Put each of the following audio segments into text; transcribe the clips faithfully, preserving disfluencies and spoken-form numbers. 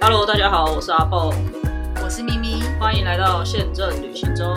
Hello， 大家好，我是阿蹦， 我是咪咪， 欢迎来到宪政旅行中。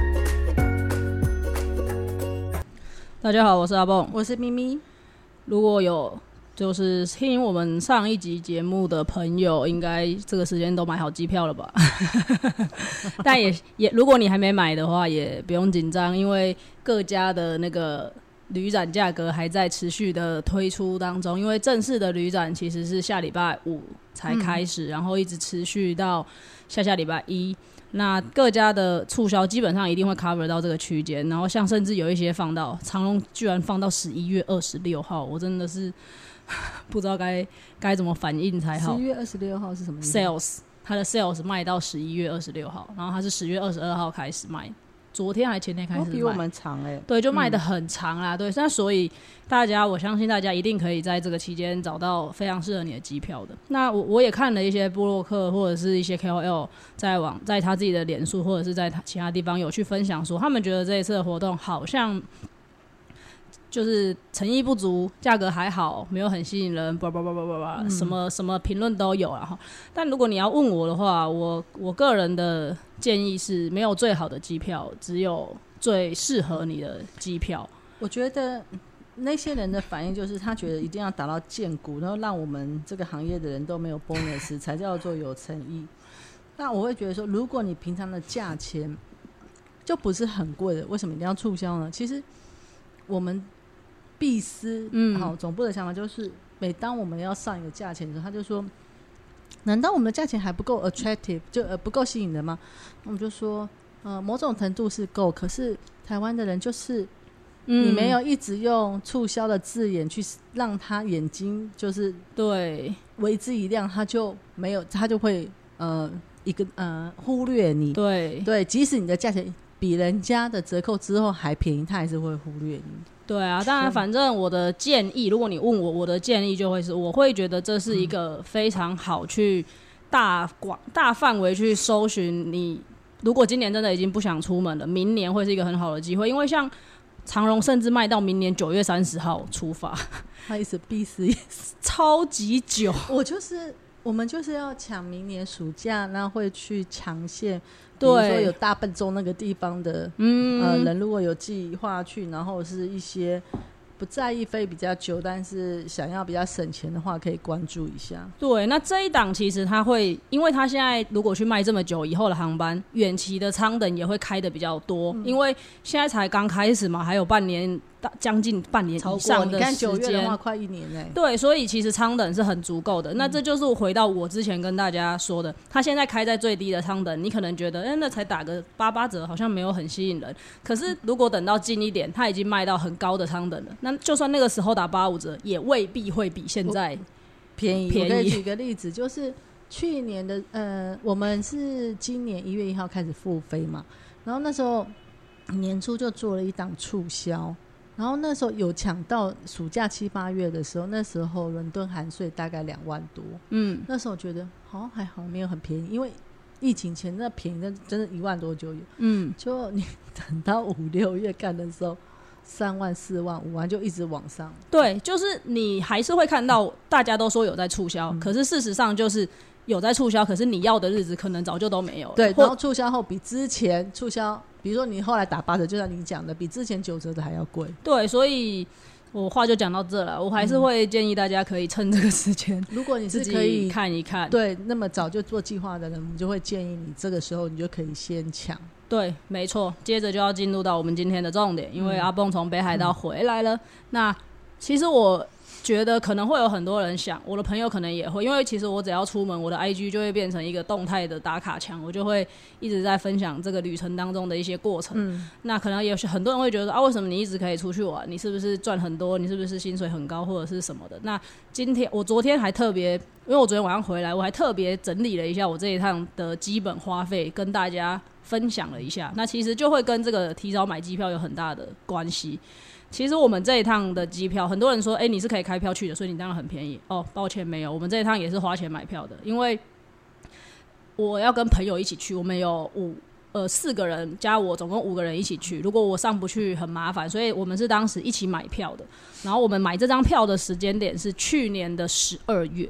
大家好，我是阿蹦， 我是咪咪。 如果有就是听我们上一集节目的朋友，应该这个时间都买好机票了吧？但也也，如果你还没买的话，也不用紧张，因为各家的那个旅展价格还在持续的推出当中。因为正式的旅展其实是下礼拜五才开始，嗯、然后一直持续到下下礼拜一。那各家的促销基本上一定会 cover 到这个区间，然后像甚至有一些放到长荣居然放到十一月二十六号，我真的是不知道该该怎么反应才好。 十一月二十六号是什么意思 ？Sales 它的 Sales 卖到十一月二十六号，然后它是十月二十二号开始卖。昨天还前天开始卖， 比我们长哎、欸， 对，就卖得很长啦，嗯、对，那所以大家，我相信大家一定可以在这个期间找到非常适合你的机票的。那我我也看了一些部落客或者是一些 K O L 在网在他自己的脸书或者是在他其他地方有去分享说，他们觉得这一次的活动好像就是诚意不足，价格还好，没有很吸引人，叭叭叭叭叭，嗯、什么什么评论都有啦。但如果你要问我的话，我我个人的建议是没有最好的机票，只有最适合你的机票。 我觉得那些人的反应就是他觉得一定要达到荐股，然后让我们这个行业的人都没有 bonus 才叫做有诚意。那我会觉得说，如果你平常的价钱就不是很贵的，为什么一定要促销呢？其实我们必思嗯，好，总部的想法就是，每当我们要上一个价钱的时候，他就说，难道我们的价钱还不够 attractive， 就呃不够吸引人吗？我们就说，呃，某种程度是够，可是台湾的人就是，你没有一直用促销的字眼去让他眼睛就是对为之一亮，他就没有，他就会呃一个呃忽略你， 对对，即使你的价钱比人家的折扣之后还便宜，他还是会忽略你。 对啊，当然，反正我的建议，如果你问我，我的建议就会是，我会觉得这是一个非常好去大广大范围去搜寻你。如果今年真的已经不想出门了，明年会是一个很好的机会，因为像长荣甚至卖到明年九月三十号出发， 他意思逼死超级久。 我就是我们就是要抢明年暑假，那会去抢线。比如说有大笨钟那个地方的、嗯呃、人如果有计划去，然后是一些不在意飞比较久但是想要比较省钱的话，可以关注一下。 对，那这一档其实它会，因为它现在如果去卖这么久以后的航班，远期的舱等也会开的比较多、嗯、因为现在才刚开始嘛，还有半年将近半年以上的时间， 你看九月的话快一年嘞。 对，所以其实舱等是很足够的、嗯、那这就是回到我之前跟大家说的，他现在开在最低的舱等，你可能觉得哎、欸，那才打个八八折好像没有很吸引人，可是如果等到近一点，他已经卖到很高的舱等了，那就算那个时候打八五折也未必会比现在便宜。我可以举个例子，就是去年的呃，我们是今年一月一号开始复飞嘛，然后那时候年初就做了一档促销，然后那时候有抢到暑假七八月的时候，那时候伦敦含税大概两万多，嗯，那时候我觉得好、哦、还好没有很便宜，因为疫情前那便宜的真的一万多就有，嗯，就你等到五六月干的时候，三万四万五万就一直往上。 对，就是你还是会看到大家都说有在促销、嗯、可是事实上就是有在促销，可是你要的日子可能早就都没有了。 对，然后促销后比之前促销，比如说你后来打八折，就像你讲的比之前九折的还要贵。 对，所以我话就讲到这了，我还是会建议大家可以趁这个时间、嗯、 如果你是可以看一看， 对，那么早就做计划的人，我们就会建议你这个时候你就可以先抢。 对，没错，接着就要进入到我们今天的重点，因为阿蹦从北海道回来了、嗯、那其实我觉得可能会有很多人想，我的朋友可能也会，因为其实我只要出门，我的 I G 就会变成一个动态的打卡墙，我就会一直在分享这个旅程当中的一些过程、嗯、那可能有很多人会觉得啊，为什么你一直可以出去玩，你是不是赚很多，你是不是薪水很高或者是什么的。那今天我昨天还特别，因为我昨天晚上回来，我还特别整理了一下我这一趟的基本花费，跟大家分享了一下，那其实就会跟这个提早买机票有很大的关系。其实我们这一趟的机票，很多人说，哎、欸，你是可以开票去的，所以你当然很便宜。哦，抱歉，没有，我们这一趟也是花钱买票的，因为我要跟朋友一起去，我们有五呃四个人加我，总共五个人一起去。如果我上不去很麻烦，所以我们是当时一起买票的。然后我们买这张票的时间点是去年的十二月。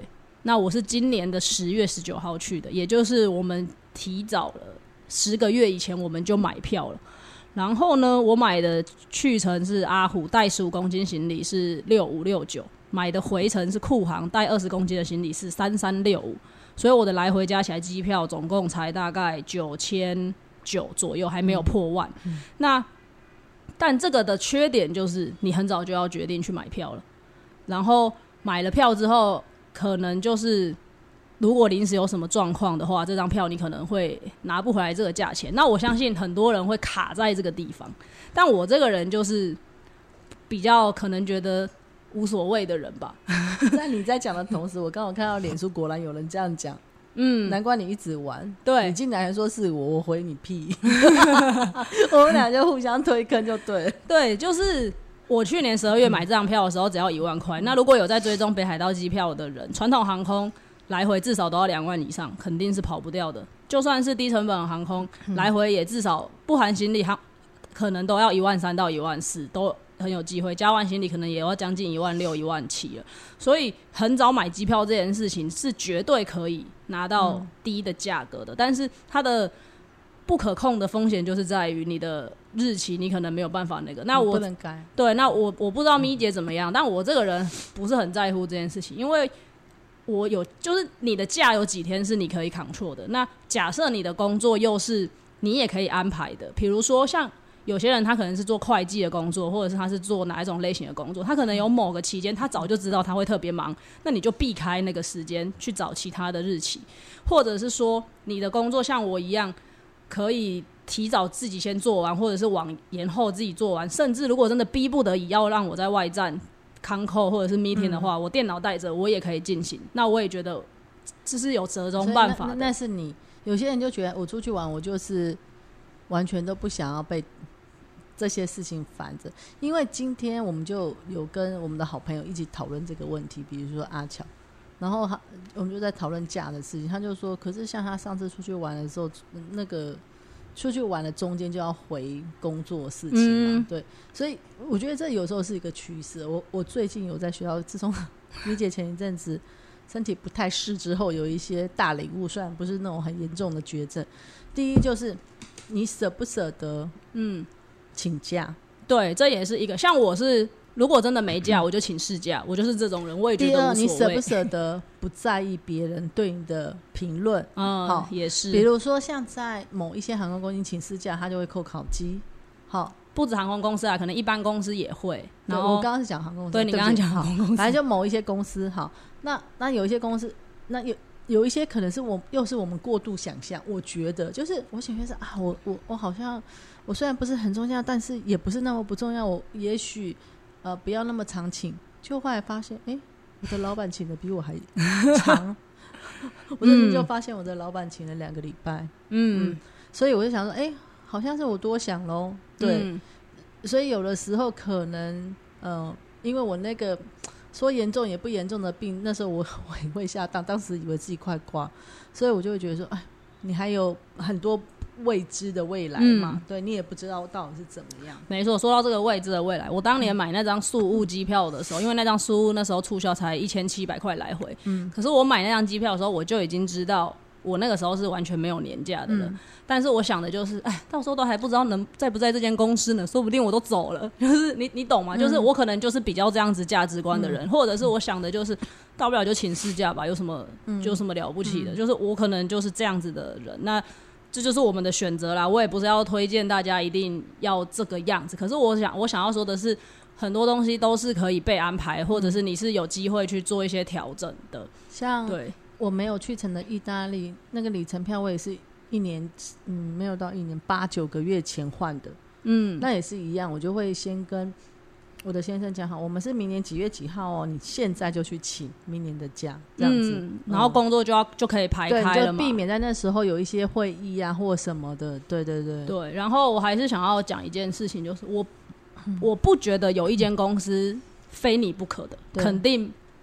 那我是今年的十月十九号去的，也就是我们提早了十个月以前我们就买票了。然后呢，我买的去程是阿虎，带十五公斤行李是六五六九，买的回程是酷航，带二十公斤的行李是三三六五，所以我的来回加起来机票总共才大概九千九左右，还没有破万。嗯嗯、那但这个的缺点就是你很早就要决定去买票了，然后买了票之后，可能就是如果临时有什么状况的话，这张票你可能会拿不回来这个价钱。那我相信很多人会卡在这个地方，但我这个人就是比较可能觉得无所谓的人吧。 在你在讲的同时，我刚好看到脸书果然有人这样讲，嗯，难怪你一直玩。 对， 你进来还说是我，我回你屁，我们俩就互相推坑就对了。 对，就是我去年十二月买这张票的时候只要一万块、嗯，那如果有在追踪北海道机票的人，传统航空来回至少都要两万以上，肯定是跑不掉的。就算是低成本航空、嗯、来回也至少不含行李航，可能都要一万三到一万四，都很有机会。加完行李可能也要将近一万六、一万七了。所以很早买机票这件事情是绝对可以拿到低的价格的、嗯，但是它的不可控的风险就是在于你的日期，你可能没有办法那个。那我不能改。 对，那我我不知道咪姐怎么样、嗯，但我这个人不是很在乎这件事情，因为我有就是你的假有几天是你可以 control 的。那假设你的工作又是你也可以安排的，比如说像有些人他可能是做会计的工作，或者是他是做哪一种类型的工作，他可能有某个期间他早就知道他会特别忙，那你就避开那个时间去找其他的日期，或者是说你的工作像我一样可以提早自己先做完，或者是往延后自己做完，甚至如果真的逼不得已要让我在外站康扣或者是 meeting 的话、嗯、我电脑带着我也可以进行，那我也觉得这是有折中办法的。 那, 那是你有些人就觉得我出去玩我就是完全都不想要被这些事情烦着，因为今天我们就有跟我们的好朋友一起讨论这个问题，比如说阿巧，然后我们就在讨论假的事情，他就说可是像他上次出去玩的时候，那个出去玩的中间就要回工作事情嘛、嗯、对，所以我觉得这有时候是一个趋势。我我最近有在学校，自从米姐前一阵子身体不太适之后，有一些大领悟，虽然不是那种很严重的绝症。第一就是你舍不舍得嗯请假， 对，这也是一个。像我是如果真的没假、嗯、我就请事假，我就是这种人，我也觉得无所谓。 第二，你舍不舍得不在意别人对你的评论嗯，好，也是。 比如说像在某一些航空公司请事假，他就会扣考绩。好， 不止航空公司啊，可能一般公司也会。然后我刚刚是讲航空公司， 对，你刚刚讲航空公司， 反正就某一些公司。好，那那有一些公司，那有有一些可能是我又是我们过度想象。我觉得就是我想象是啊，我我我好像我虽然不是很重要，但是也不是那么不重要。我也许呃不要那么常请，就后来发现，哎，我的老板请的比我还长。我最近就发现我的老板请了两个礼拜。嗯, 嗯，所以我就想说，哎，好像是我多想咯。对、嗯，所以有的时候可能，呃，因为我那个说严重也不严重的病，那时候我我也会下当，当时以为自己快挂，所以我就会觉得说，哎，你还有很多未知的未来嘛，嗯、对你也不知道到底是怎么样。 没错，说到这个未知的未来，我当年买那张宿务机票的时候，因为那张宿务那时候促销才一千七百块来回，嗯，可是我买那张机票的时候，我就已经知道我那个时候是完全没有年假的了。嗯，但是我想的就是，哎，到时候都还不知道能在不在这间公司呢，说不定我都走了。就是你你懂吗？就是我可能就是比较这样子价值观的人，嗯、或者是我想的就是，大不了就请事假吧，有什么有什么了不起的？嗯、就是我可能就是这样子的人。那这就是我们的选择啦。我也不是要推荐大家一定要这个样子，可是我想我想要说的是，很多东西都是可以被安排，或者是你是有机会去做一些调整的。 像对我没有去成的意大利那个里程票，我也是一年嗯没有到一年八九个月前换的。嗯，那也是一样，我就会先跟我的先生讲好，我们是明年几月几号哦，你现在就去请明年的假，这样子、嗯、 然后工作就要就可以排开了嘛， 对，就避免在那时候有一些会议啊或什么的。对对对对。然后我还是想要讲一件事情，就是我、嗯、我不觉得有一间公司非你不可的，肯定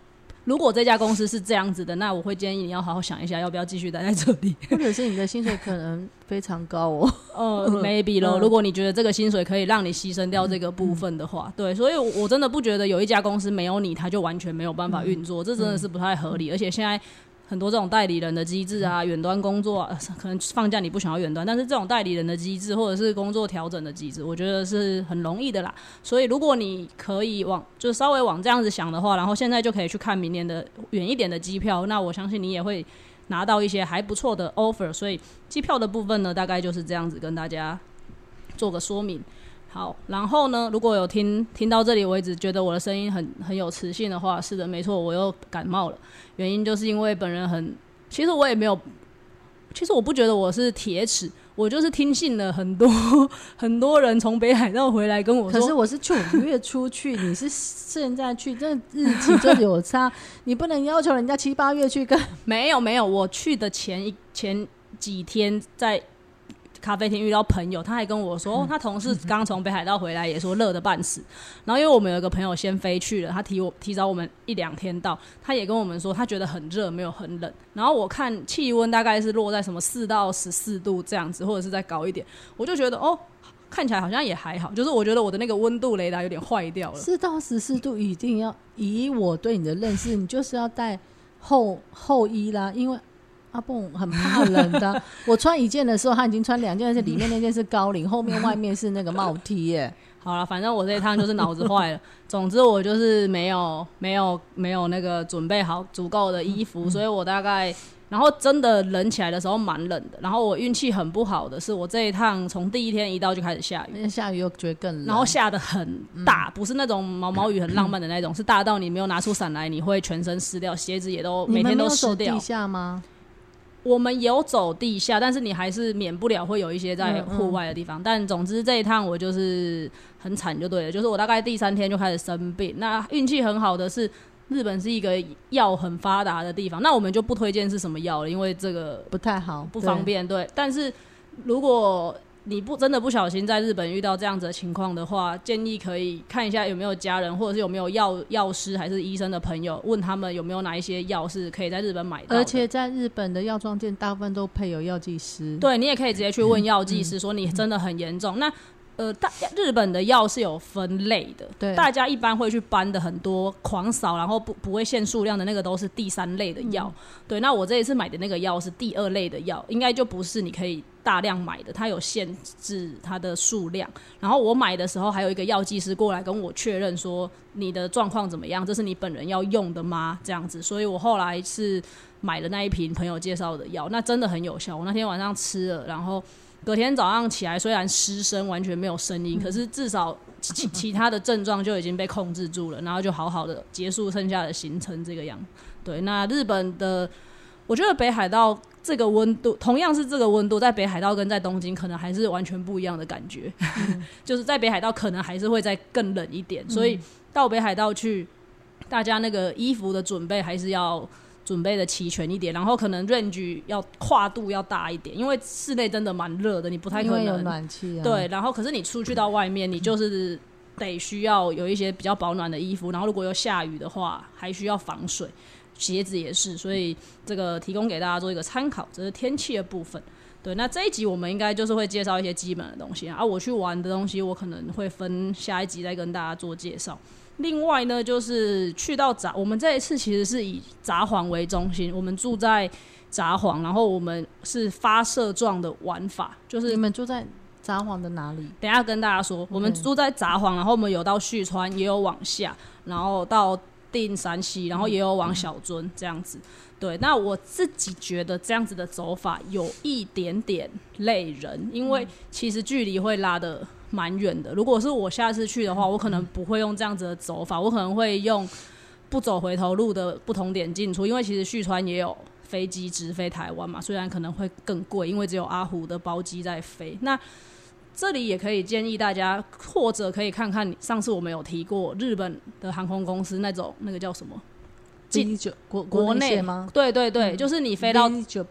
如果这家公司是这样子的，那我会建议你要好好想一下，要不要继续待在这里， 或者是你的薪水可能非常高哦。 呃 ，maybe 咯、嗯。如果你觉得这个薪水可以让你牺牲掉这个部分的话，嗯、对，所以我真的不觉得有一家公司没有你，它就完全没有办法运作、嗯，这真的是不太合理。嗯、而且现在很多这种代理人的机制啊，远端工作啊，可能放假你不想要远端，但是这种代理人的机制或者是工作调整的机制，我觉得是很容易的啦。所以如果你可以往就是稍微往这样子想的话，然后现在就可以去看明年的远一点的机票，那我相信你也会拿到一些还不错的 offer。所以机票的部分呢，大概就是这样子跟大家做个说明。好，然后呢，如果有听听到这里，我一直觉得我的声音很很有磁性的话，是的，没错，我又感冒了。原因就是因为本人很，其实我也没有，其实我不觉得我是铁齿，我就是听信了很多很多人从北海道回来跟我说。 可是我是去五月出去，你是现在去，这日期就有差，你不能要求人家七八月去跟。 没有没有，我去的前一前几天在咖啡厅遇到朋友，他还跟我说、哦、他同事刚从北海道回来，也说热得半死。然后因为我们有一个朋友先飞去了，他提我提早我们一两天到，他也跟我们说他觉得很热，没有很冷。然后我看气温大概是落在什么四到十四度这样子，或者是再高一点，我就觉得哦，看起来好像也还好，就是我觉得我的那个温度雷达有点坏掉了。 四到十四度一定要，以我对你的认识，你就是要带厚厚衣啦，因为阿蹦很怕冷的、啊、我穿一件的时候他已经穿两件，而且里面那件是高领，后面外面是那个帽 T 耶。 好了，反正我这一趟就是脑子坏了总之我就是没有没有没有那个准备好足够的衣服、嗯、所以我大概然后真的冷起来的时候蛮冷的，然后我运气很不好的是我这一趟从第一天一到就开始下雨， 下雨又觉得更冷， 然后下得很大、嗯、不是那种毛毛雨很浪漫的那种、嗯、是大到你没有拿出伞来你会全身湿掉，鞋子也都每天都湿掉。 你们没有走地下吗？ 我们有走地下，但是你还是免不了会有一些在户外的地方、嗯嗯、但总之这一趟我就是很惨就对了，就是我大概第三天就开始生病。那运气很好的是日本是一个药很发达的地方，那我们就不推荐是什么药了，因为这个不太好不方便。 对, 对，但是如果你不真的不小心在日本遇到这样子的情况的话，建议可以看一下有没有家人或者是有没有药药师还是医生的朋友，问他们有没有哪一些药是可以在日本买到的。 而且在日本的药妆店大部分都配有药剂师， 对，你也可以直接去问药剂师说你真的很严重、嗯、那呃，大日本的药是有分类的，对，大家一般会去搬的很多狂扫然后 不, 不会限数量的那个都是第三类的药、嗯、对，那我这一次买的那个药是第二类的药，应该就不是你可以大量买的，它有限制它的数量。然后我买的时候还有一个药剂师过来跟我确认说你的状况怎么样，这是你本人要用的吗，这样子。所以我后来是买了那一瓶朋友介绍的药，那真的很有效，我那天晚上吃了，然后隔天早上起来虽然失声完全没有声音、嗯、可是至少 其, 其他的症状就已经被控制住了，然后就好好的结束剩下的行程这个样。对，那日本的我觉得北海道这个温度同样是这个温度，在北海道跟在东京可能还是完全不一样的感觉、嗯、就是在北海道可能还是会再更冷一点、嗯、所以到北海道去大家那个衣服的准备还是要准备的齐全一点，然后可能 range 要跨度要大一点，因为室内真的蛮热的，你不太可能， 因为有暖气啊。 对，然后可是你出去到外面，你就是得需要有一些比较保暖的衣服，然后如果有下雨的话，还需要防水，鞋子也是，所以这个提供给大家做一个参考，这是天气的部分。对，那这一集我们应该就是会介绍一些基本的东西啊，我去玩的东西我可能会分下一集再跟大家做介绍。另外呢，就是去到札，我们这一次其实是以札幌为中心，我们住在札幌，然后我们是发射状的玩法，就是你们住在札幌的哪里？ 等一下跟大家说，我们住在札幌，然后我们有到旭川，也有往下，然后到定山溪，然后也有往小樽这样子。对，那我自己觉得这样子的走法有一点点累人，因为其实距离会拉得蛮远的。如果是我下次去的话，我可能不会用这样子的走法，我可能会用不走回头路的不同点进出，因为其实旭川也有飞机直飞台湾嘛，虽然可能会更贵，因为只有阿虎的包机在飞。那这里也可以建议大家，或者可以看看上次我们有提过日本的航空公司那种那个叫什么国国内吗？ 对对对、嗯、就是你飞到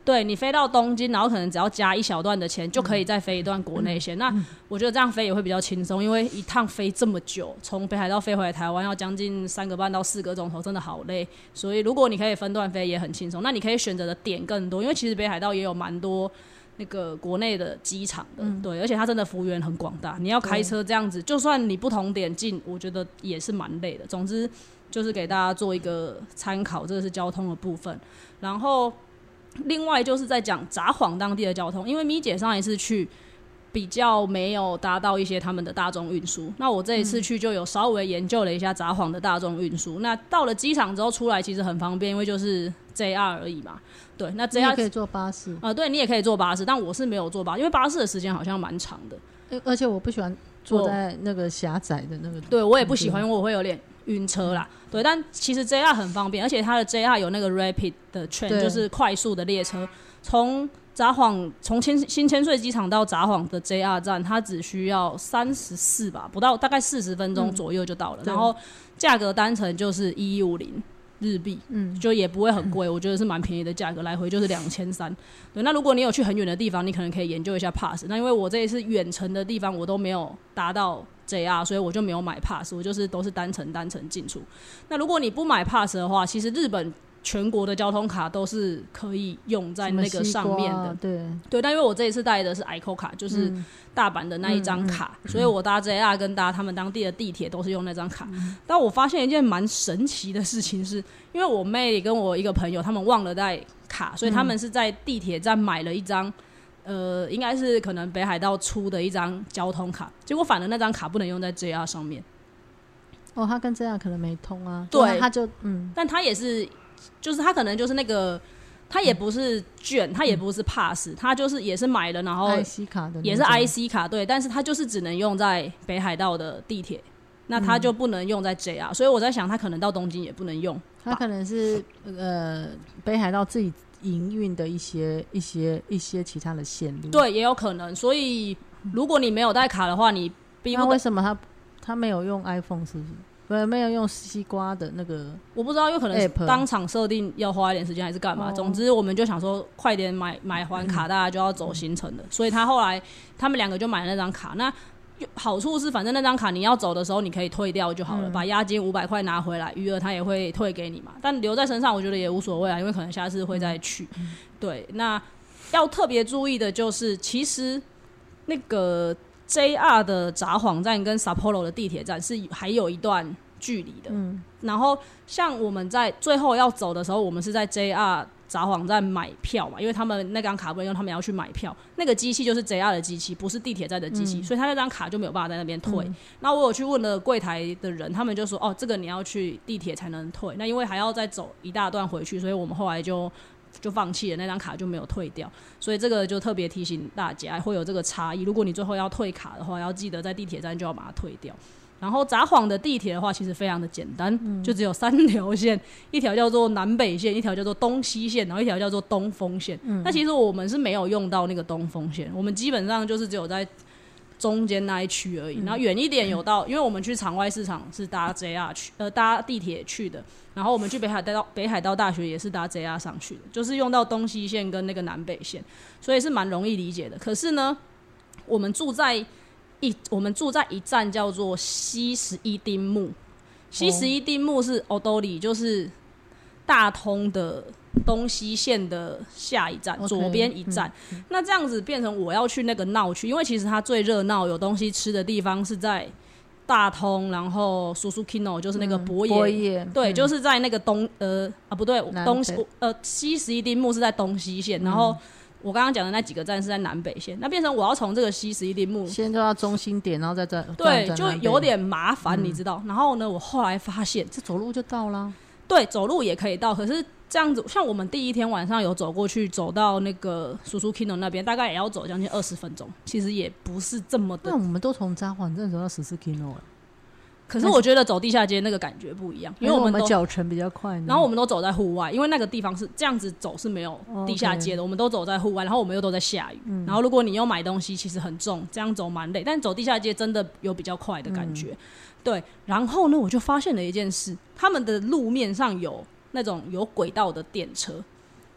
对，你飞到东京，然后可能只要加一小段的钱，就可以再飞一段国内线。嗯、那我觉得这样飞也会比较轻松，因为一趟飞这么久，从北海道飞回来台湾要将近三个半到四个钟头，真的好累。所以如果你可以分段飞，也很轻松。那你可以选择的点更多，因为其实北海道也有蛮多那个国内的机场的、嗯，对，而且它真的幅员很广大。你要开车这样子，就算你不同点进，我觉得也是蛮累的。总之就是给大家做一个参考，这个是交通的部分。然后另外就是在讲札幌当地的交通，因为咪姐上一次去比较没有搭到一些他们的大众运输，那我这一次去就有稍微研究了一下札幌的大众运输、嗯。那到了机场之后出来其实很方便，因为就是 J R 而已嘛。对，那 J R 你也可以坐巴士啊、 呃，对你也可以坐巴士，但我是没有坐巴士，因为巴士的时间好像蛮长的， 而且我不喜欢坐在那个狭窄的那个。 对，我也不喜欢，因为我会有点晕车啦。对，但其实 J R 很方便，而且它的 J R 有那个 Rapid 的 train， 就是快速的列车，从札幌从新千岁机场到札幌的 J R 站，它只需要三十四吧，不到大概四十分钟左右就到了。嗯、然后价格单程就是一一五零日币，嗯，就也不会很贵，我觉得是蛮便宜的价格，来回就是两千三。对，那如果你有去很远的地方，你可能可以研究一下 pass。那因为我这一次远程的地方我都没有达到 J R， 所以我就没有买 pass， 我就是都是单程单程进出。那如果你不买 pass 的话，其实日本全国的交通卡都是可以用在那个上面的， 对对。但因为我这一次带的是 I C O 卡，就是大阪的那一张卡、嗯嗯，所以我搭 J R 跟搭他们当地的地铁都是用那张卡、嗯。但我发现一件蛮神奇的事情是，因为我妹跟我一个朋友他们忘了带卡，所以他们是在地铁站买了一张。呃，应该是可能北海道出的一张交通卡，结果反而那张卡不能用在 J R 上面。 哦，他跟 J R 可能没通啊。 对， 他就嗯， 但他也是，就是他可能就是那个，他也不是券，他也不是 pass，、嗯、他就是也是买了，然后 I C 卡的， 也是 I C 卡，对，但是他就是只能用在北海道的地铁，那他就不能用在 J R，、嗯、所以我在想，他可能到东京也不能用， 他可能是呃北海道自己营运的一些一些一些其他的线路， 对，也有可能。所以如果你没有带卡的话，你逼不那为什么他他没有用 iPhone 是不是？对，没有用西瓜的那个， 我不知道，有可能当场设定要花一点时间还是干嘛。总之，我们就想说快点买买还卡，大家就要走行程的。所以他后来他们两个就买了那张卡。那好处是，反正那张卡你要走的时候，你可以退掉就好了，嗯、把押金五百块拿回来，余额他也会退给你嘛。但留在身上，我觉得也无所谓啊，因为可能下次会再去。嗯、对，那要特别注意的就是，其实那个 J R 的札幌站跟 Sapporo 的地铁站是还有一段距离的。嗯，然后像我们在最后要走的时候，我们是在 J R。札幌站买票嘛，因为他们那张卡不能用，他们要去买票。那个机器就是 J R 的机器，不是地铁站的机器、嗯，所以他那张卡就没有办法在那边退。那、嗯、我有去问了柜台的人，他们就说：“哦，这个你要去地铁才能退。”那因为还要再走一大段回去，所以我们后来就就放弃了，那张卡就没有退掉。所以这个就特别提醒大家，会有这个差异。如果你最后要退卡的话，要记得在地铁站就要把它退掉。然后札幌的地铁的话，其实非常的简单、嗯，就只有三条线，一条叫做南北线，一条叫做东西线，然后一条叫做东风线、嗯。那其实我们是没有用到那个东风线，我们基本上就是只有在中间那一区而已。嗯、然后远一点有到，因为我们去场外市场是搭 J R 去，呃，搭地铁去的。然后我们去北海道北海道大学也是搭 J R 上去的，就是用到东西线跟那个南北线，所以是蛮容易理解的。可是呢，我们住在一我们住在一站叫做西十一丁目，西十一丁目是 Odori， 就是大通的东西线的下一站， okay, 左边一站、嗯嗯。那这样子变成我要去那个闹区，因为其实它最热闹有东西吃的地方是在大通，然后 Susukino 就是那个博野， 博野对、 嗯， 就是在那个东呃啊不对，东呃西十一丁目是在东西线，然后。嗯我刚刚讲的那几个站是在南北线，那变成我要从这个西十一丁目先就要中心点，然后再再对，就有点麻烦、嗯，你知道。然后呢，我后来发现这走路就到啦， 对，走路也可以到。可是这样子，像我们第一天晚上有走过去，走到那个 Susukino 那边，大概也要走将近二十分钟，其实也不是这么的。 那我们都从札幌站走到 Susukino 了。 可是我觉得走地下街那个感觉不一样，因为我们脚程比较快， 然后我们都走在户外，因为那个地方是这样子走是没有地下街的， oh, okay. 我们都走在户外，然后我们又都在下雨、嗯，然后如果你又买东西，其实很重，这样走蛮累，但走地下街真的有比较快的感觉、嗯，对。然后呢，我就发现了一件事，他们的路面上有那种有轨道的电车，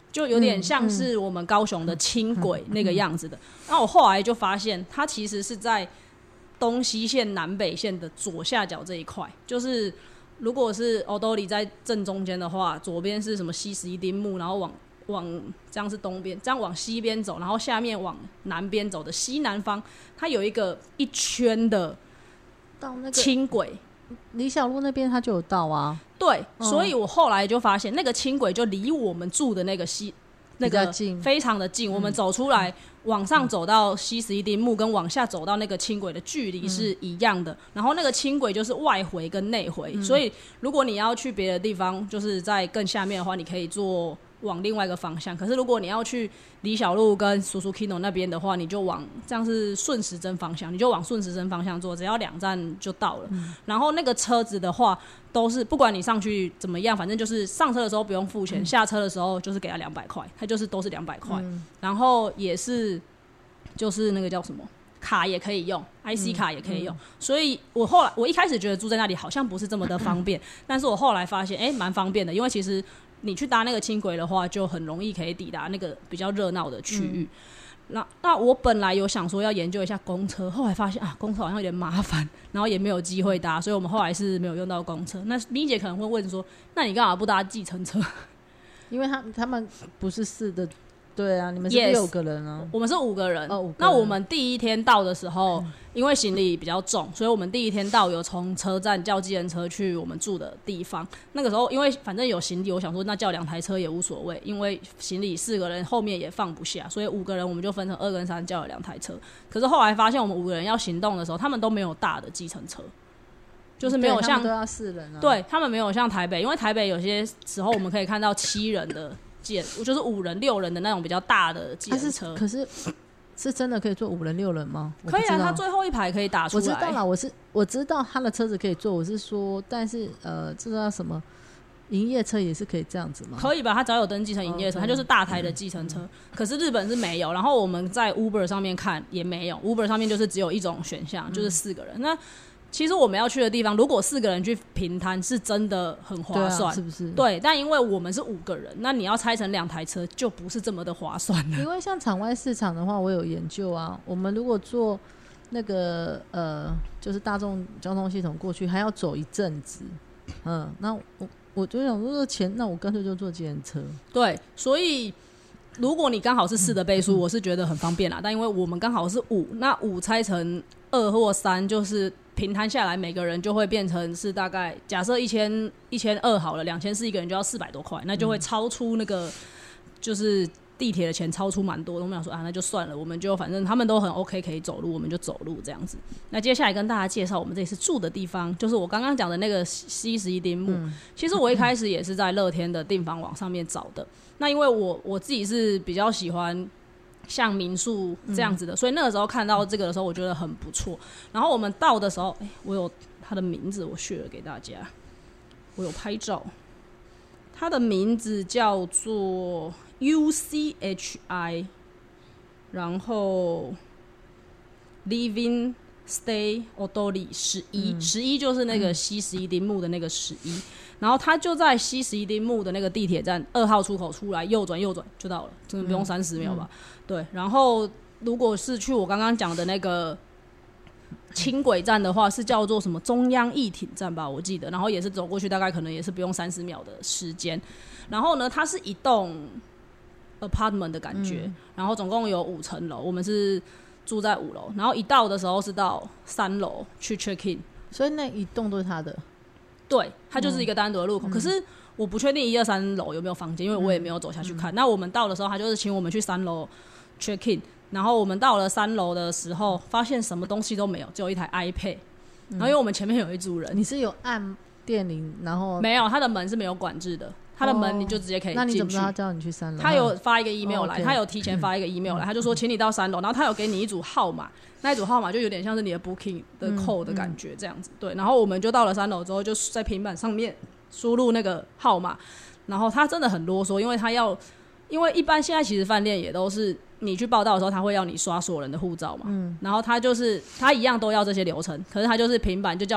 就有点像是我们高雄的轻轨那个样子的。那、嗯嗯、我后来就发现，它其实是在东西线、南北线的左下角这一块，就是如果是欧兜里在正中间的话，左边是什么西十一丁目，然后往往这样是东边，这样往西边走，然后下面往南边走的西南方，它有一个一圈的到那个轻轨。 李小璐那边它就有到啊， 对、嗯，所以我后来就发现那个轻轨就离我们住的那个西那个非常的近，我们走出来、嗯、往上走到西十一丁目跟往下走到那个轻轨的距离是一样的、嗯、然后那个轻轨就是外回跟内回、嗯、所以如果你要去别的地方就是在更下面的话，你可以坐往另外一个方向，可是如果你要去李小璐跟苏苏 Kino 那边的话，你就往这样是顺时针方向，你就往顺时针方向坐，只要两站就到了、嗯、然后那个车子的话都是不管你上去怎么样，反正就是上车的时候不用付钱、嗯、下车的时候就是给他两百块，他就是都是两百块、嗯、然后也是就是那个叫什么卡也可以用 I C 卡也可以用、嗯嗯、所以我后来我一开始觉得住在那里好像不是这么的方便但是我后来发现哎，蛮方便的，因为其实你去搭那个轻轨的话就很容易可以抵达那个比较热闹的区域、嗯、那, 那我本来有想说要研究一下公车，后来发现啊公车好像有点麻烦，然后也没有机会搭，所以我们后来是没有用到公车。那咪姐可能会问说那你干嘛不搭计程车？ 因为他他们不是四的，对啊，你们是六个人啊、 yes, 我们是五个人、 哦、五个人。 那我们第一天到的时候、嗯、因为行李比较重，所以我们第一天到有从车站叫计程车去我们住的地方。那个时候因为反正有行李，我想说那叫两台车也无所谓，因为行李四个人后面也放不下，所以五个人我们就分成二跟三叫了两台车。可是后来发现我们五个人要行动的时候，他们都没有大的计程车，就是没有像他们都要四人啊， 对，他们没有像台北，因为台北有些时候我们可以看到七人的就是五人六人的那种比较大的计程车。 可是是真的可以坐五人六人吗？ 可以啊，他最后一排可以打出来。 我知道啦，我是我知道他的车子可以坐，我是说但是呃这叫什么营业车也是可以这样子吗？ 可以吧，他只要有登记成营业车、oh, 他就是大台的计程车、嗯、可是日本是没有，然后我们在 Uber 上面看也没有， Uber 上面就是只有一种选项、嗯、就是四个人。那其实我们要去的地方如果四个人去平摊是真的很划算、 啊、是不是？ 对，但因为我们是五个人，那你要拆成两台车就不是这么的划算了。 因为像场外市场的话我有研究啊，我们如果做那个呃就是大众交通系统过去还要走一阵子，嗯，那我我就想说钱，那我干脆就坐计程车。 对，所以如果你刚好是四的倍数、嗯、我是觉得很方便啦，但因为我们刚好是五，那五拆成二或三就是平摊下来每个人就会变成是大概假设一千一千二好了，两千四一个人就要四百多块，那就会超出那个就是地铁的钱超出蛮多。我们想说啊那就算了，我们就反正他们都很 OK 可以走路，我们就走路这样子。那接下来跟大家介绍我们这次住的地方，就是我刚刚讲的那个西十一丁目、嗯、其实我一开始也是在乐天的订房网上面找的。那因为我我自己是比较喜欢像民宿这样子的、嗯、所以那个时候看到这个的时候我觉得很不错。然后我们到的时候、欸、我有他的名字我share了给大家，我有拍照，他的名字叫做 U C H I 然后 Living Stay Odori 十一十一就是那个西十一丁目的那个十一、嗯，然后他就在西十一丁目的那个地铁站二号出口出来，右转右转就到了，真的不用三十秒吧、嗯嗯、对。然后如果是去我刚刚讲的那个轻轨站的话是叫做什么中央义町站吧我记得，然后也是走过去大概可能也是不用三十秒的时间。然后呢它是一栋 apartment 的感觉、嗯、然后总共有五层楼，我们是住在五楼，然后一到的时候是到三楼去 check in， 所以那一栋都是他的。 对，它就是一个单独的入口、嗯、可是我不确定一二三楼有没有房间，因为我也没有走下去看、嗯、那我们到的时候他就是请我们去三楼 check in， 然后我们到了三楼的时候发现什么东西都没有，只有一台 iPad、嗯、然后因为我们前面有一组人。 你是有按电铃然后没有，他的门是没有管制的，他的门你就直接可以进去、哦、 那你怎么知道他叫你去三楼？ 他有发一个 email 来、 哦 okay、 他有提前发一个 email 来、嗯、他就说请你到三楼，然后他有给你一组号码，那一组号码就有点像是你的 booking 的 code 的感觉这样子、嗯嗯、对。然后我们就到了三楼之后就在平板上面输入那个号码，然后他真的很啰嗦，因为他要因为一般现在其实饭店也都是你去报到的时候他会要你刷所有人的护照嘛、嗯、然后他就是他一样都要这些流程，可是他就是平板就叫你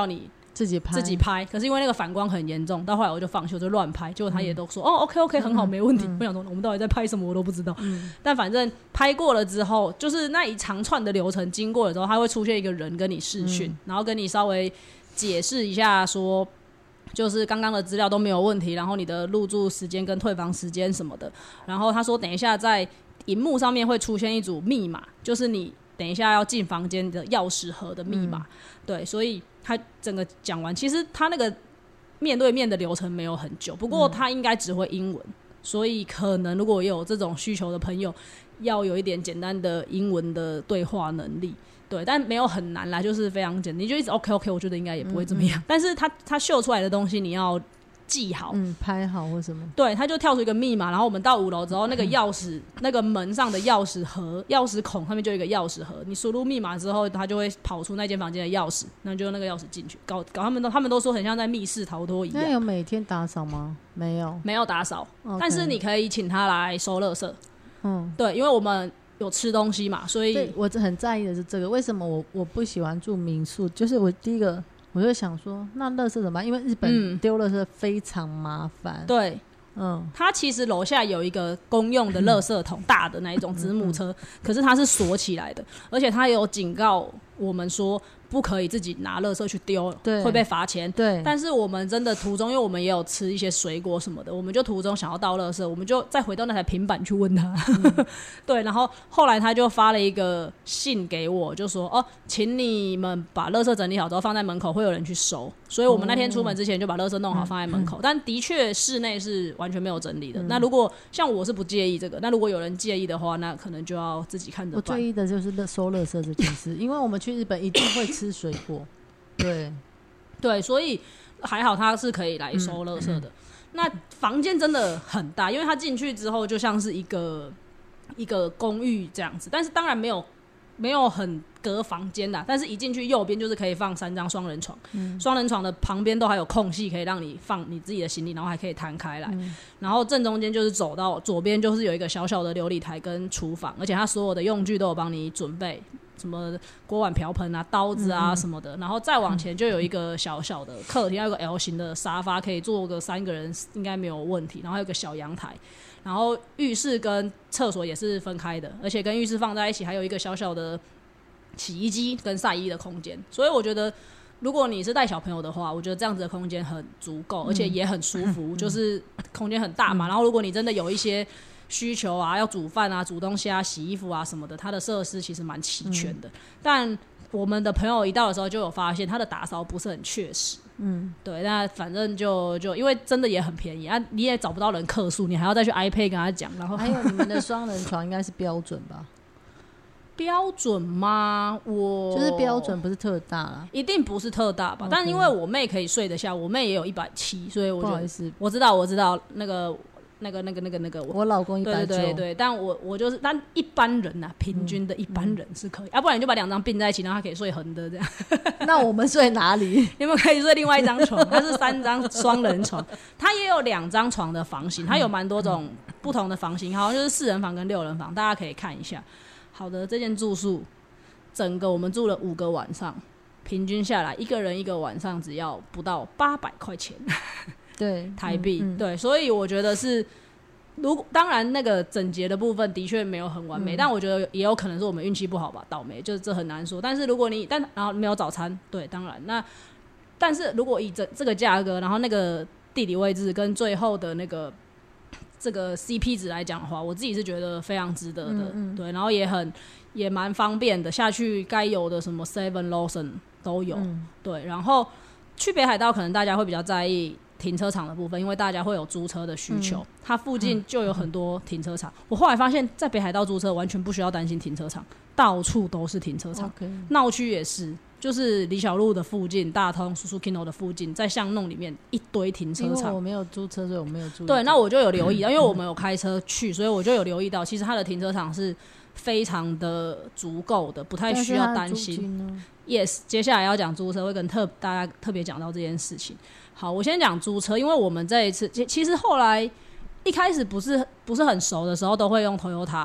自己拍自己拍，可是因为那个反光很严重，到后来我就放弃，我就乱拍，结果他也都说、嗯、哦 OK OK 很好、嗯、没问题、嗯、我想说我们到底在拍什么我都不知道、嗯、但反正拍过了之后，就是那一长串的流程经过了之后，他会出现一个人跟你视讯、嗯、然后跟你稍微解释一下说就是刚刚的资料都没有问题，然后你的入住时间跟退房时间什么的，然后他说等一下在荧幕上面会出现一组密码，就是你等一下要进房间的钥匙盒的密码、嗯、对，所以他整个讲完，其实他那个面对面的流程没有很久，不过他应该只会英文、嗯、所以可能如果有这种需求的朋友要有一点简单的英文的对话能力，对，但没有很难啦，就是非常简单，你就一直 OK OK 我觉得应该也不会怎么样、嗯嗯、但是他他秀出来的东西你要记好， 嗯，拍好或什么， 对，他就跳出一个密码，然后我们到五楼之后，那个钥匙、嗯、那个门上的钥匙盒钥匙孔上面就有一个钥匙盒，你输入密码之后他就会跑出那间房间的钥匙，那就用那个钥匙进去搞搞，他们都他们都说很像在密室逃脱一样。 那有每天打扫吗？没有， 没有打扫、 okay. 但是你可以请他来收垃圾，嗯，对，因为我们有吃东西嘛，所以对，我很在意的是这个。为什么我我不喜欢住民宿？就是我第一个我就想说，那垃圾怎么办？因为日本丢垃圾非常麻烦、嗯。对，嗯，它其实楼下有一个公用的垃圾桶，嗯、大的那一种子母车、嗯，可是它是锁起来的，而且它有警告我们说不可以自己拿垃圾去丢，会被罚钱。对，但是我们真的途中，因为我们也有吃一些水果什么的，我们就途中想要倒垃圾，我们就再回到那台平板去问他。嗯、对，然后后来他就发了一个信给我，就说哦，请你们把垃圾整理好之后放在门口，会有人去收。所以我们那天出门之前就把垃圾弄好放在门口，嗯、但的确室内是完全没有整理的。嗯、那如果像我是不介意这个，那如果有人介意的话，那可能就要自己看着办。 我介意的就是收垃圾这件事，因为我们去日本一定会吃水果，对对，所以还好他是可以来收垃圾的。嗯、那房间真的很大，因为他进去之后就像是一个一个公寓这样子，但是当然没有没有很隔房间啦，但是一进去右边就是可以放三张双人床，双、嗯、人床的旁边都还有空隙可以让你放你自己的行李，然后还可以摊开来、嗯、然后正中间就是走到左边就是有一个小小的流理台跟厨房，而且他所有的用具都有帮你准备，什么锅碗瓢盆啊刀子啊什么的、嗯、然后再往前就有一个小小的客厅，还有一个 L 型的沙发可以坐个三个人应该没有问题，然后还有一个小阳台，然后浴室跟厕所也是分开的，而且跟浴室放在一起还有一个小小的洗衣机跟晒衣的空间，所以我觉得如果你是带小朋友的话，我觉得这样子的空间很足够、嗯、而且也很舒服、嗯、就是空间很大嘛、嗯、然后如果你真的有一些需求啊，要煮饭啊煮东西啊洗衣服啊什么的，它的设施其实蛮齐全的、嗯、但我们的朋友一到的时候就有发现他的打扫不是很确实，嗯，对，那反正就就因为真的也很便宜啊，你也找不到人客诉，你还要再去 iPad 跟他讲，然后还有你们的双人床应该是标准吧？ 标准吗？我就是标准，不是特大啦， 一定不是特大吧？ Okay. 但因为我妹可以睡得下，我妹也有一百七，所以我觉得不好意思， 我知道，我知道那个。那个、那个、那个、那个， 我老公一百九， 对对对，但我我就是，但一般人呐、啊，平均的一般人是可以，嗯、啊，不然你就把两张并在一起，然后他可以睡横的这样。 那我们睡哪里？ 你们可以睡另外一张床，它是三张双人床，它也有两张床的房型，它有蛮多种不同的房型，好像就是四人房跟六人房，大家可以看一下。好的，这间住宿整个我们住了五个晚上，平均下来一个人一个晚上只要不到八百块钱。 对， 台币、 嗯嗯、 对，所以我觉得是，如果当然那个整洁的部分的确没有很完美、嗯，但我觉得也有可能是我们运气不好吧，倒霉，就是这很难说。但是如果你但然后没有早餐，对，当然那，但是如果以这这个价格，然后那个地理位置跟最后的那个这个 C P 值来讲的话，我自己是觉得非常值得的，嗯嗯对，然后也很也蛮方便的，下去该有的什么 Seven Lawson 都有、嗯，对，然后去北海道可能大家会比较在意停车场的部分，因为大家会有租车的需求、嗯、它附近就有很多停车场、嗯、我后来发现在北海道租车完全不需要担心停车场，到处都是停车场，闹区也是，就是李小璐的附近，大通 Susukino 的附近，在巷弄里面一堆停车场。 因为我没有租车，所以我没有注意。 对，那我就有留意到、嗯、因为我们有开车去，所以我就有留意到其实它的停车场是非常的足够的，不太需要担心。Yes， 接下来要讲租车，会跟特大家特别讲到这件事情。好，我先讲租车，因为我们这一次其实后来一开始不是不是很熟的时候，都会用 Toyota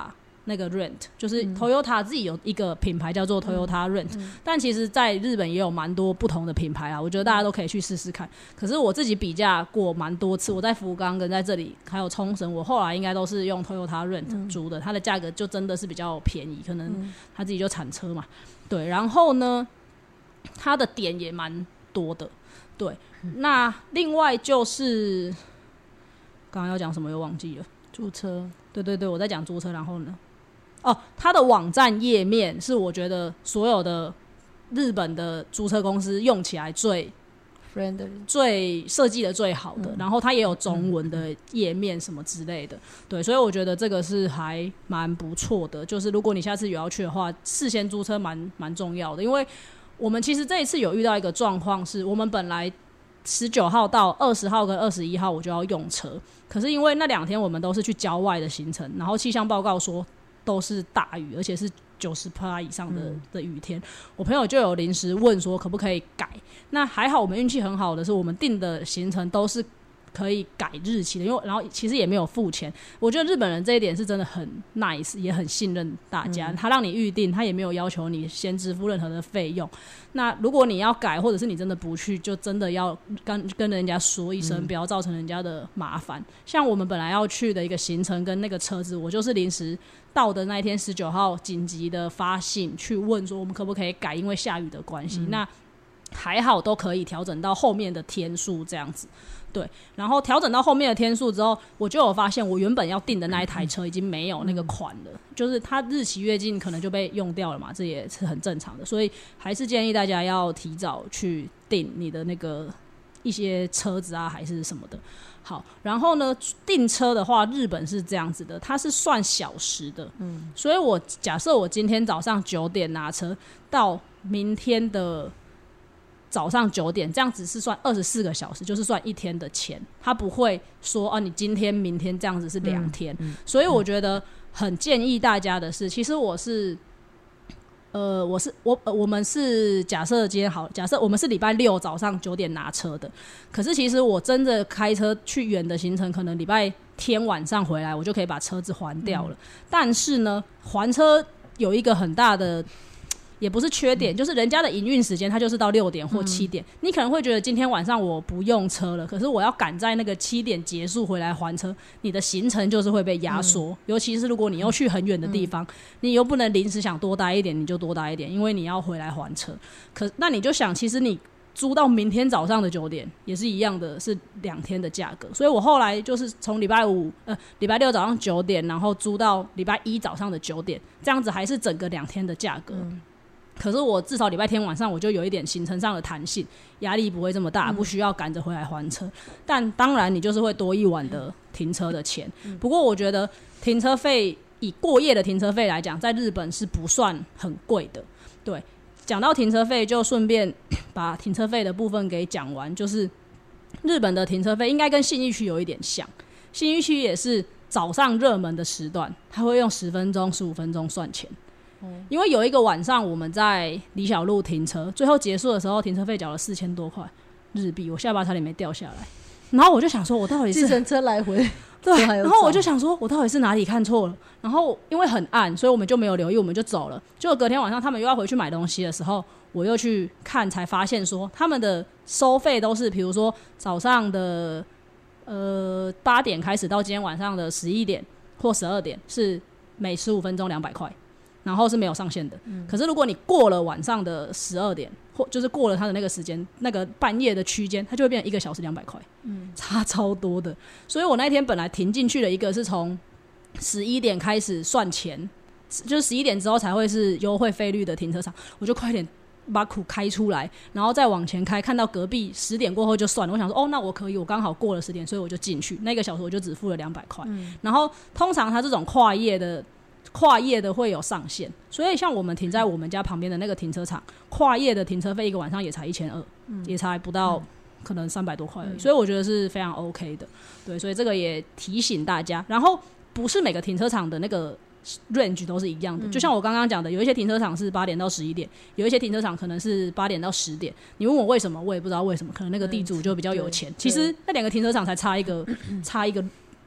那个 rent， 就是 Toyota 自己有一个品牌叫做 Toyota rent，嗯嗯、但其实在日本也有蛮多不同的品牌啊，我觉得大家都可以去试试看。可是我自己比价过蛮多次，我在福冈跟在这里还有冲绳，我后来应该都是用 Toyota rent 租的，它的价格就真的是比较便宜，可能他自己就产车嘛，对。然后呢，它的点也蛮多的，对。那另外就是刚刚要讲什么又忘记了， 租车。 对对对，我在讲租车，然后呢，哦，它的网站页面是我觉得所有的日本的租车公司用起来最 friendly、 最设计的最好的，嗯、然后它也有中文的页面什么之类的，对，所以我觉得这个是还蛮不错的。就是如果你下次有要去的话，事先租车蛮蛮重要的，因为我们其实这一次有遇到一个状况，是我们本来十九号到二十号跟二十一号我就要用车，可是因为那两天我们都是去郊外的行程，然后气象报告说都是大雨，而且是百分之九十以上的、嗯、的雨天，我朋友就有临时问说可不可以改。那还好我们运气很好的是，我们订的行程都是可以改日期的，因为然后其实也没有付钱。我觉得日本人这一点是真的很 nice， 也很信任大家、嗯、他让你预定，他也没有要求你先支付任何的费用。那如果你要改或者是你真的不去，就真的要 跟, 跟人家说一声、嗯、不要造成人家的麻烦。像我们本来要去的一个行程跟那个车子，我就是临时到的那一天十九号紧急的发信去问说我们可不可以改，因为下雨的关系、嗯、那还好都可以调整到后面的天数这样子。对，然后调整到后面的天数之后，我就有发现我原本要订的那一台车已经没有那个款了、嗯、就是它日期越近可能就被用掉了嘛，这也是很正常的，所以还是建议大家要提早去订你的那个一些车子啊还是什么的。好，然后呢订车的话，日本是这样子的，它是算小时的，嗯，所以我假设我今天早上九点拿车到明天的早上九点，这样子是算二十四个小时，就是算一天的钱，他不会说啊你今天明天这样子是两天、嗯嗯、所以我觉得很建议大家的是，其实我是呃我是我、呃、我们是假设今天好，假设我们是礼拜六早上九点拿车的，可是其实我真的开车去远的行程，可能礼拜天晚上回来我就可以把车子还掉了、嗯、但是呢还车有一个很大的也不是缺点、嗯、就是人家的营运时间它就是到六点或七点、嗯、你可能会觉得今天晚上我不用车了，可是我要赶在那个七点结束回来还车，你的行程就是会被压缩、嗯、尤其是如果你又去很远的地方、嗯、你又不能临时想多待一点你就多待一点，因为你要回来还车。可那你就想，其实你租到明天早上的九点也是一样的，是两天的价格。所以我后来就是从礼拜五呃礼拜六早上九点，然后租到礼拜一早上的九点，这样子还是整个两天的价格、嗯，可是我至少礼拜天晚上我就有一点行程上的弹性，压力不会这么大，不需要赶着回来还车、嗯、但当然你就是会多一晚的停车的钱、嗯、不过我觉得停车费以过夜的停车费来讲，在日本是不算很贵的。对，讲到停车费就顺便把停车费的部分给讲完，就是日本的停车费应该跟信义区有一点像，信义区也是早上热门的时段他会用十分钟十五分钟算钱，因为有一个晚上我们在李小璐停车，最后结束的时候停车费缴了四千多块日币，我下巴差点没掉下来。然后我就想说我到底是计程车来回对，然后我就想说我到底是哪里看错了，然后因为很暗所以我们就没有留意，我们就走了。结果隔天晚上他们又要回去买东西的时候，我又去看才发现说他们的收费都是比如说早上的呃八点开始到今天晚上的十一点或十二点是每十五分钟两百块，然后是没有上限的、嗯、可是如果你过了晚上的十二点或就是过了他的那个时间，那个半夜的区间，它就会变成一个小时两百块，嗯，差超多的。所以我那天本来停进去的一个是从十一点开始算钱，就是十一点之后才会是优惠费率的停车场，我就快点把苦开出来，然后再往前开，看到隔壁十点过后就算了，我想说哦那我可以，我刚好过了十点，所以我就进去，那个小时我就只付了两百块、嗯、然后通常它这种跨夜的跨夜的会有上限，所以像我们停在我们家旁边的那个停车场，跨夜的停车费一个晚上也才一千二，也才不到可能三百多块而已、嗯、所以我觉得是非常 OK 的。对，所以这个也提醒大家。然后不是每个停车场的那个 range 都是一样的、嗯、就像我刚刚讲的，有一些停车场是八点到十一点，有一些停车场可能是八点到十点。你问我为什么，我也不知道为什么，可能那个地主就比较有钱。其实那两个停车场才差一个差一个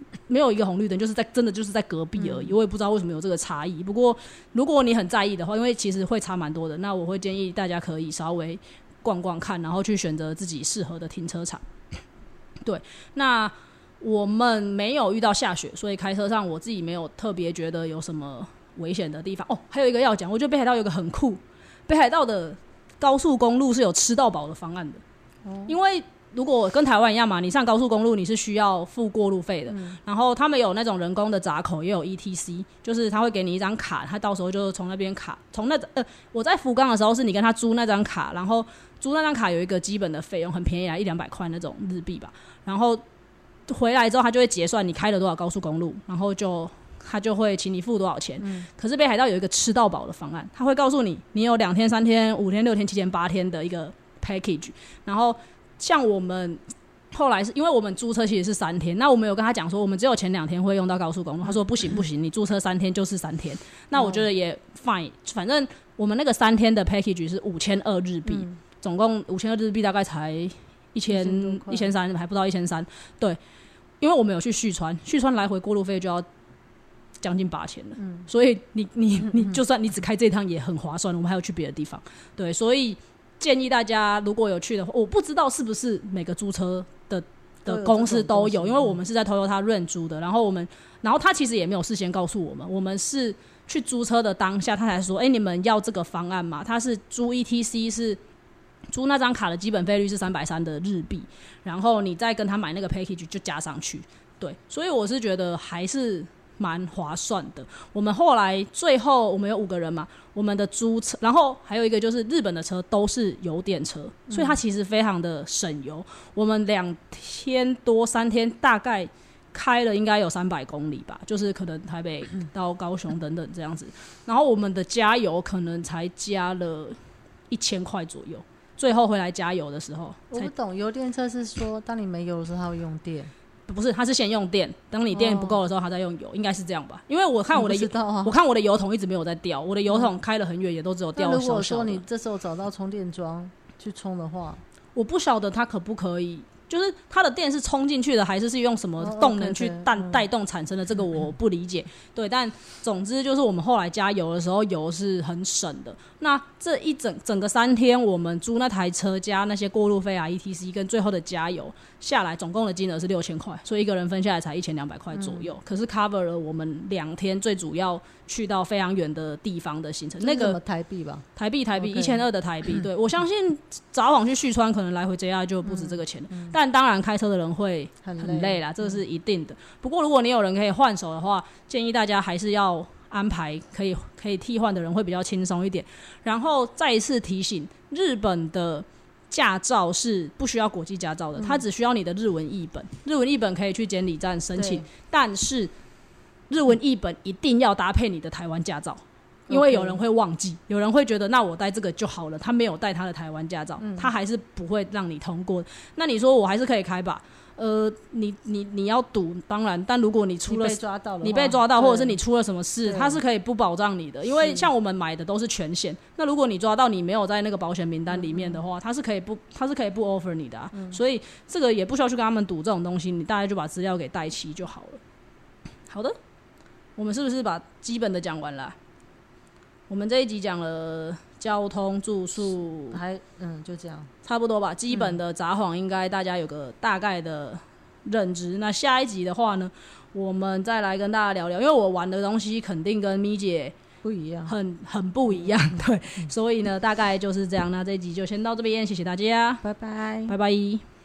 没有一个红绿灯，就是在真的就是在隔壁而已、嗯、我也不知道为什么有这个差异。不过如果你很在意的话，因为其实会差蛮多的，那我会建议大家可以稍微逛逛看，然后去选择自己适合的停车场。对，那我们没有遇到下雪，所以开车上我自己没有特别觉得有什么危险的地方。哦，还有一个要讲，我觉得北海道有一个很酷，北海道的高速公路是有吃到饱的方案的、哦、因为如果跟台湾一样嘛，你上高速公路你是需要付过路费的、嗯、然后他们有那种人工的闸口，也有 E T C， 就是他会给你一张卡，他到时候就从那边卡从那呃，我在福冈的时候是你跟他租那张卡，然后租那张卡有一个基本的费用，很便宜啊，一两百块那种日币吧，然后回来之后他就会结算你开了多少高速公路，然后就他就会请你付多少钱、嗯、可是北海道有一个吃到饱的方案，他会告诉你你有两天三天五天六天七天八天的一个 package， 然后像我们后来是因为我们租车其实是三天，那我们有跟他讲说我们只有前两天会用到高速公路，他说不行不行，你租车三天就是三天，那我觉得也 fine， 反正我们那个三天的 package 是五千二日币、嗯、总共五千二日币大概才一千一千三，还不到一千三，对，因为我们有去旭川，旭川来回过路费就要将近八千了、嗯、所以你你你就算你只开这一趟也很划算，我们还有去别的地方，对，所以建议大家如果有去的话，我不知道是不是每个租车的的公司都有，因为我们是在 Toyota 认租的，然后我们然后他其实也没有事先告诉我们，我们是去租车的当下他才说，哎、欸，你们要这个方案吗？他是租 E T C 是租那张卡的基本费率是三百三十的日币，然后你再跟他买那个 package 就加上去，对，所以我是觉得还是蛮划算的。我们后来最后我们有五个人嘛，我们的租车，然后还有一个就是日本的车都是油电车，所以它其实非常的省油。我们两天多三天大概开了应该有三百公里吧，就是可能台北到高雄等等这样子。然后我们的加油可能才加了一千块左右，最后回来加油的时候， 我不懂油电车是说当你没油的时候它会用电。 不是，他是先用电，当你电不够的时候，他再用油，应该是这样吧？因为我看我的， 啊、 我看我的油桶一直没有在掉，我的油桶开了很远，也都只有掉小小的。 如果说你这时候找到充电桩去充的话， 我不晓得它可不可以，就是它的电是充进去的，还是是用什么动能去带、哦、带动产生的？这个我不理解。嗯、对，但总之就是我们后来加油的时候，油是很省的。那这一整整个三天，我们租那台车加那些过路费啊、E T C 跟最后的加油下来，总共的金额是六千块，所以一个人分下来才一千两百块左右、嗯。可是 cover 了我们两天最主要去到非常远的地方的行程。那个台币吧， 台币台币一千二的台币。对，我相信札幌去旭川可能来回 J R 就不止这个钱了、嗯嗯。但当然开车的人会很累啦，这个是一定的、嗯。不过如果你有人可以换手的话，建议大家还是要安排可以可以替换的人会比较轻松一点。然后再一次提醒，日本的驾照是不需要国际驾照的，它只需要你的日文译本。日文译本可以去监理站申请，但是日文译本一定要搭配你的台湾驾照，因为有人会忘记，有人会觉得那我带这个就好了，他没有带他的台湾驾照、嗯、他还是不会让你通过。那你说我还是可以开吧，呃，你你你要赌当然，但如果你出了你被抓到了， 你被抓到，或者是你出了什么事，他是可以不保障你的，因为像我们买的都是全险。那如果你抓到你没有在那个保险名单里面的话，他是可以不他是可以不 offer 你的啊、嗯。所以这个也不需要去跟他们赌这种东西，你大概就把资料给带齐就好了。好的，我们是不是把基本的讲完了、啊？我们这一集讲了交通、住宿， 还嗯就这样， 差不多吧。基本的札幌应该大家有个大概的认知。那下一集的话呢，我们再来跟大家聊聊，因为我玩的东西肯定跟咪姐不一样， 很很不一样，对，所以呢大概就是这样。那这一集就先到这边，谢谢大家， 拜拜， 拜拜。